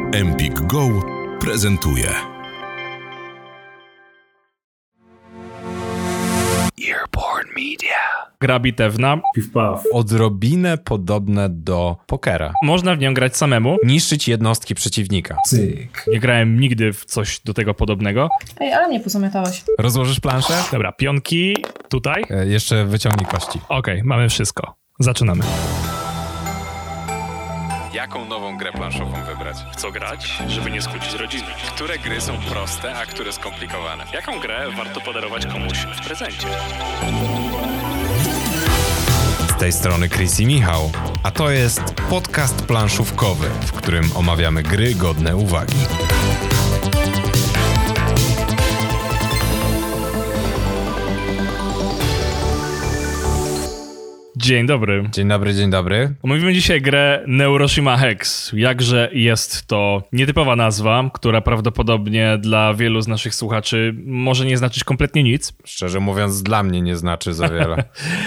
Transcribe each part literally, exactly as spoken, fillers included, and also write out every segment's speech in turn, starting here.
Empik Go prezentuje Earborn Media. Gra bitewna. Piw-paw. Odrobinę podobne do pokera. Można w nią grać samemu. Niszczyć jednostki przeciwnika. Cyk. Nie grałem nigdy w coś do tego podobnego. Ej, ale mnie pozamiatałeś. Rozłożysz planszę? Dobra, pionki tutaj. E, jeszcze wyciągnij kości. Okej, mamy wszystko. Zaczynamy. Jaką nową grę planszową wybrać? W co grać, żeby nie skłócić rodziny? Które gry są proste, a które skomplikowane? Jaką grę warto podarować komuś w prezencie? Z tej strony Chris i Michał, a to jest podcast planszówkowy, w którym omawiamy gry godne uwagi. Dzień dobry. Dzień dobry, dzień dobry. Omówimy dzisiaj grę Neuroshima Hex. Jakże jest to nietypowa nazwa, która prawdopodobnie dla wielu z naszych słuchaczy może nie znaczyć kompletnie nic. Szczerze mówiąc, dla mnie nie znaczy za wiele.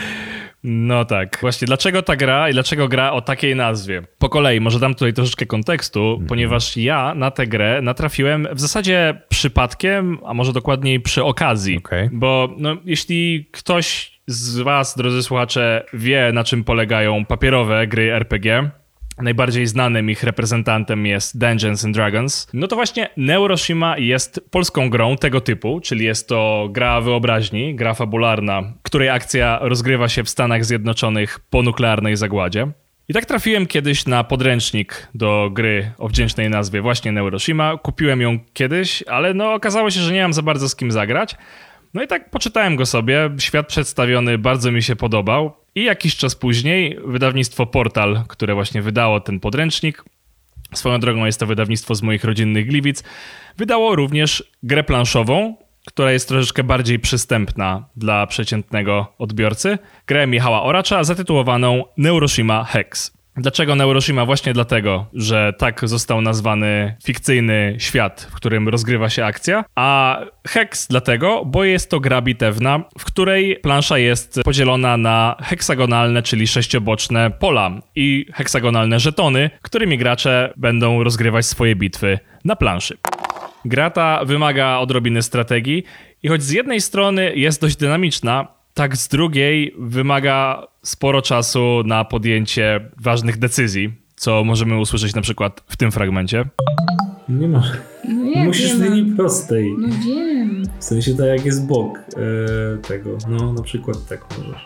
No tak. Właśnie dlaczego ta gra i dlaczego gra o takiej nazwie? Po kolei, może dam tutaj troszeczkę kontekstu, mm. ponieważ ja na tę grę natrafiłem w zasadzie przypadkiem, a może dokładniej przy okazji. Okay. Bo no, jeśli ktoś z was, drodzy słuchacze, wie, na czym polegają papierowe gry R P G, najbardziej znanym ich reprezentantem jest Dungeons and Dragons, no to właśnie Neuroshima jest polską grą tego typu, czyli jest to gra wyobraźni, gra fabularna, której akcja rozgrywa się w Stanach Zjednoczonych po nuklearnej zagładzie. I tak trafiłem kiedyś na podręcznik do gry o wdzięcznej nazwie właśnie Neuroshima. Kupiłem ją kiedyś, ale no okazało się, że nie mam za bardzo z kim zagrać. No i tak poczytałem go sobie, świat przedstawiony bardzo mi się podobał i jakiś czas później wydawnictwo Portal, które właśnie wydało ten podręcznik, swoją drogą jest to wydawnictwo z moich rodzinnych Gliwic, wydało również grę planszową, która jest troszeczkę bardziej przystępna dla przeciętnego odbiorcy, grę Michała Oracza zatytułowaną Neuroshima Hex. Dlaczego Neuroshima? Właśnie dlatego, że tak został nazwany fikcyjny świat, w którym rozgrywa się akcja, a Hex dlatego, bo jest to gra bitewna, w której plansza jest podzielona na heksagonalne, czyli sześcioboczne pola i heksagonalne żetony, którymi gracze będą rozgrywać swoje bitwy na planszy. Gra ta wymaga odrobiny strategii i choć z jednej strony jest dość dynamiczna, tak z drugiej wymaga sporo czasu na podjęcie ważnych decyzji, co możemy usłyszeć na przykład w tym fragmencie. Nie ma. No jak Musisz nie z linii prostej. No wiem. W sensie tak jak jest bok e, tego. No na przykład tak możesz.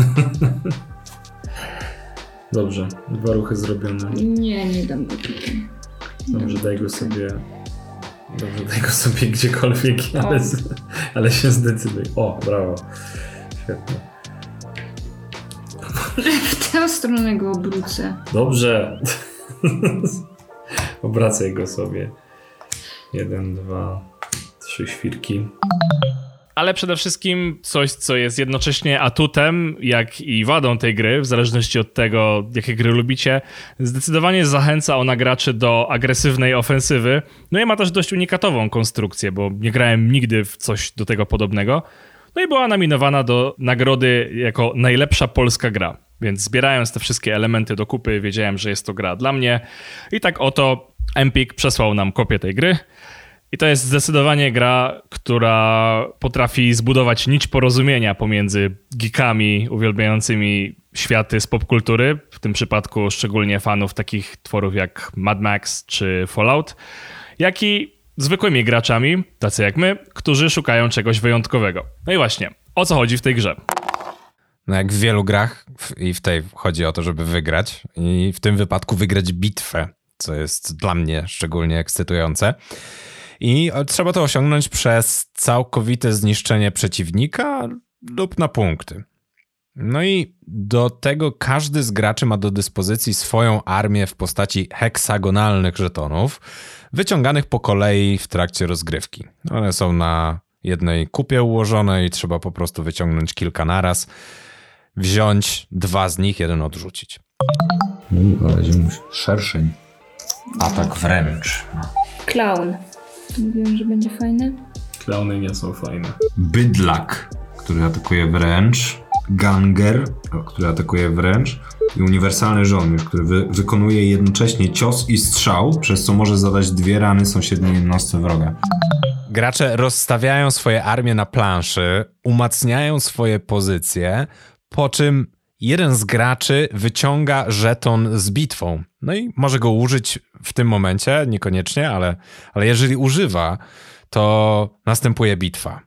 Dobrze, dwa ruchy zrobione. Nie, nie dam go tutaj. Dobrze, daj go sobie. Dobrze, daj go sobie gdziekolwiek, ale, ale się zdecyduj. O, brawo. Świetnie. W tę stronę go obrócę. Dobrze. Obracaj go sobie. Jeden, dwa, trzy świrki. Ale przede wszystkim coś, co jest jednocześnie atutem, jak i wadą tej gry, w zależności od tego, jakie gry lubicie, zdecydowanie zachęca ona graczy do agresywnej ofensywy. No i ma też dość unikatową konstrukcję, bo nie grałem nigdy w coś do tego podobnego. No i była nominowana do nagrody jako najlepsza polska gra. Więc zbierając te wszystkie elementy do kupy, wiedziałem, że jest to gra dla mnie. I tak oto Empik przesłał nam kopię tej gry. I to jest zdecydowanie gra, która potrafi zbudować nić porozumienia pomiędzy geekami uwielbiającymi światy z popkultury, w tym przypadku szczególnie fanów takich tworów jak Mad Max czy Fallout, jak i zwykłymi graczami, tacy jak my, którzy szukają czegoś wyjątkowego. No i właśnie, o co chodzi w tej grze? No jak w wielu grach w, i w tej chodzi o to, żeby wygrać i w tym wypadku wygrać bitwę, co jest dla mnie szczególnie ekscytujące. I trzeba to osiągnąć przez całkowite zniszczenie przeciwnika lub na punkty. No i do tego każdy z graczy ma do dyspozycji swoją armię w postaci heksagonalnych żetonów, wyciąganych po kolei w trakcie rozgrywki. One są na jednej kupie ułożone i trzeba po prostu wyciągnąć kilka naraz, wziąć dwa z nich, jeden odrzucić. No, ale ziomuś. Szerszeń. Atak wręcz. Klaun. Mówiłem, że będzie fajne. Klauny nie są fajne. Bydlak, który atakuje wręcz. Ganger, który atakuje wręcz, i uniwersalny żołnierz, który wy- wykonuje jednocześnie cios i strzał, przez co może zadać dwie rany sąsiedniej jednostce wroga. Gracze rozstawiają swoje armie na planszy, umacniają swoje pozycje, po czym jeden z graczy wyciąga żeton z bitwą. No i może go użyć w tym momencie, niekoniecznie, ale, ale jeżeli używa, to następuje bitwa.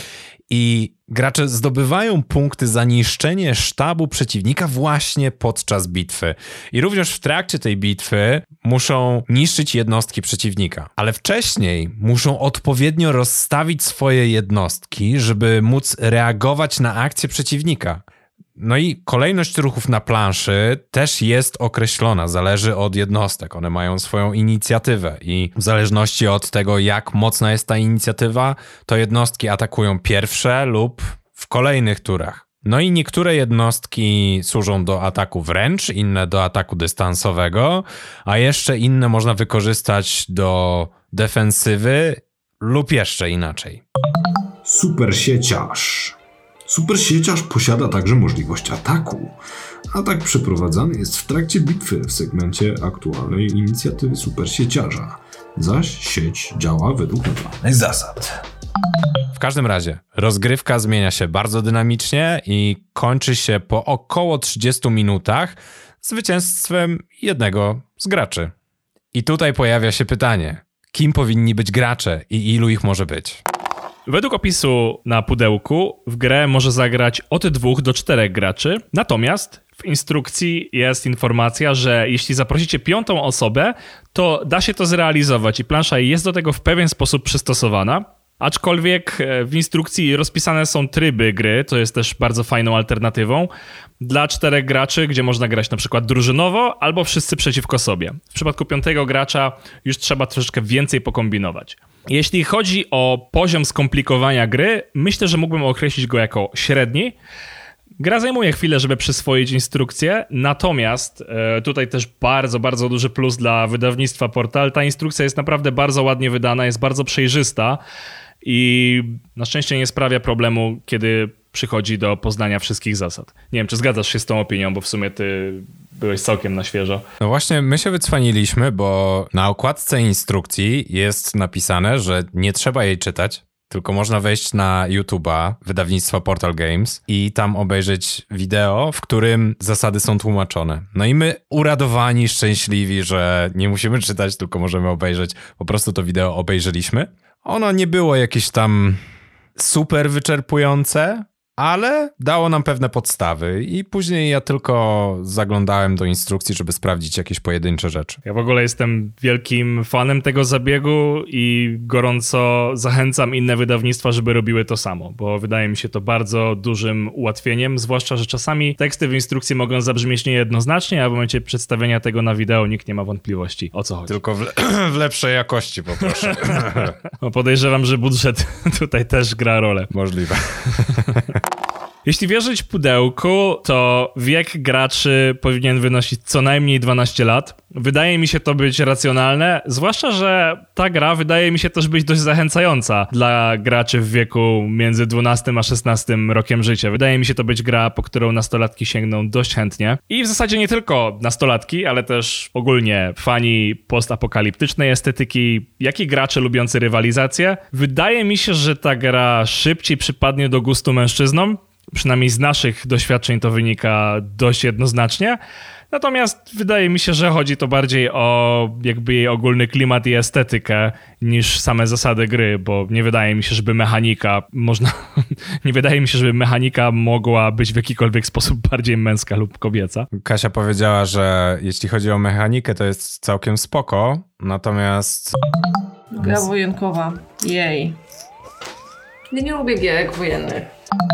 I gracze zdobywają punkty za niszczenie sztabu przeciwnika właśnie podczas bitwy. I również w trakcie tej bitwy muszą niszczyć jednostki przeciwnika. Ale wcześniej muszą odpowiednio rozstawić swoje jednostki, żeby móc reagować na akcję przeciwnika. No i kolejność ruchów na planszy też jest określona, zależy od jednostek. One mają swoją inicjatywę i w zależności od tego, jak mocna jest ta inicjatywa, to jednostki atakują pierwsze lub w kolejnych turach. No i niektóre jednostki służą do ataku wręcz, inne do ataku dystansowego, a jeszcze inne można wykorzystać do defensywy lub jeszcze inaczej. Super sieciarz. Super sieciarz posiada także możliwość ataku. Atak przeprowadzany jest w trakcie bitwy w segmencie aktualnej inicjatywy super sieciarza. Zaś sieć działa według naturalnych zasad. W każdym razie, rozgrywka zmienia się bardzo dynamicznie i kończy się po około trzydziestu minutach zwycięstwem jednego z graczy. I tutaj pojawia się pytanie, kim powinni być gracze i ilu ich może być? Według opisu na pudełku w grę może zagrać od dwóch do czterech graczy, natomiast w instrukcji jest informacja, że jeśli zaprosicie piątą osobę, to da się to zrealizować i plansza jest do tego w pewien sposób przystosowana. Aczkolwiek w instrukcji rozpisane są tryby gry, to jest też bardzo fajną alternatywą dla czterech graczy, gdzie można grać na przykład drużynowo albo wszyscy przeciwko sobie. W przypadku piątego gracza już trzeba troszeczkę więcej pokombinować. Jeśli chodzi o poziom skomplikowania gry, myślę, że mógłbym określić go jako średni. Gra zajmuje chwilę, żeby przyswoić instrukcję, natomiast e, tutaj też bardzo, bardzo duży plus dla wydawnictwa Portal. Ta instrukcja jest naprawdę bardzo ładnie wydana, jest bardzo przejrzysta i na szczęście nie sprawia problemu, kiedy przychodzi do poznania wszystkich zasad. Nie wiem, czy zgadzasz się z tą opinią, bo w sumie ty byłeś całkiem na świeżo. No właśnie, my się wycwaniliśmy, bo na okładce instrukcji jest napisane, że nie trzeba jej czytać, tylko można wejść na YouTube'a wydawnictwa Portal Games i tam obejrzeć wideo, w którym zasady są tłumaczone. No i my uradowani, szczęśliwi, że nie musimy czytać, tylko możemy obejrzeć. Po prostu to wideo obejrzeliśmy. Ono nie było jakieś tam super wyczerpujące, ale dało nam pewne podstawy i później ja tylko zaglądałem do instrukcji, żeby sprawdzić jakieś pojedyncze rzeczy. Ja w ogóle jestem wielkim fanem tego zabiegu i gorąco zachęcam inne wydawnictwa, żeby robiły to samo, bo wydaje mi się to bardzo dużym ułatwieniem, zwłaszcza, że czasami teksty w instrukcji mogą zabrzmieć niejednoznacznie, a w momencie przedstawienia tego na wideo nikt nie ma wątpliwości, o co chodzi. Tylko w, le- w lepszej jakości poproszę. No podejrzewam, że budżet tutaj też gra rolę. Możliwe. Jeśli wierzyć pudełku, to wiek graczy powinien wynosić co najmniej dwanaście lat. Wydaje mi się to być racjonalne, zwłaszcza, że ta gra wydaje mi się też być dość zachęcająca dla graczy w wieku między dwunastym a szesnastym rokiem życia. Wydaje mi się to być gra, po którą nastolatki sięgną dość chętnie. I w zasadzie nie tylko nastolatki, ale też ogólnie fani postapokaliptycznej estetyki, jak i gracze lubiący rywalizację. Wydaje mi się, że ta gra szybciej przypadnie do gustu mężczyznom. Przynajmniej z naszych doświadczeń to wynika dość jednoznacznie. Natomiast wydaje mi się, że chodzi to bardziej o jakby jej ogólny klimat i estetykę niż same zasady gry, bo nie wydaje mi się, żeby mechanika można... nie wydaje mi się, żeby mechanika mogła być w jakikolwiek sposób bardziej męska lub kobieca. Kasia powiedziała, że jeśli chodzi o mechanikę, to jest całkiem spoko, natomiast... Gra wojenkowa. Jej. Ja nie lubię gierek wojennych.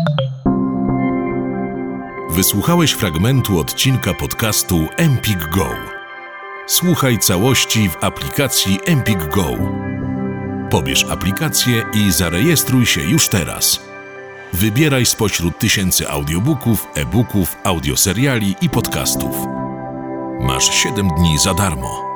Wysłuchałeś fragmentu odcinka podcastu Empik Go. Słuchaj całości w aplikacji Empik Go. Pobierz aplikację i zarejestruj się już teraz. Wybieraj spośród tysięcy audiobooków, e-booków, audioseriali i podcastów. Masz siedem dni za darmo.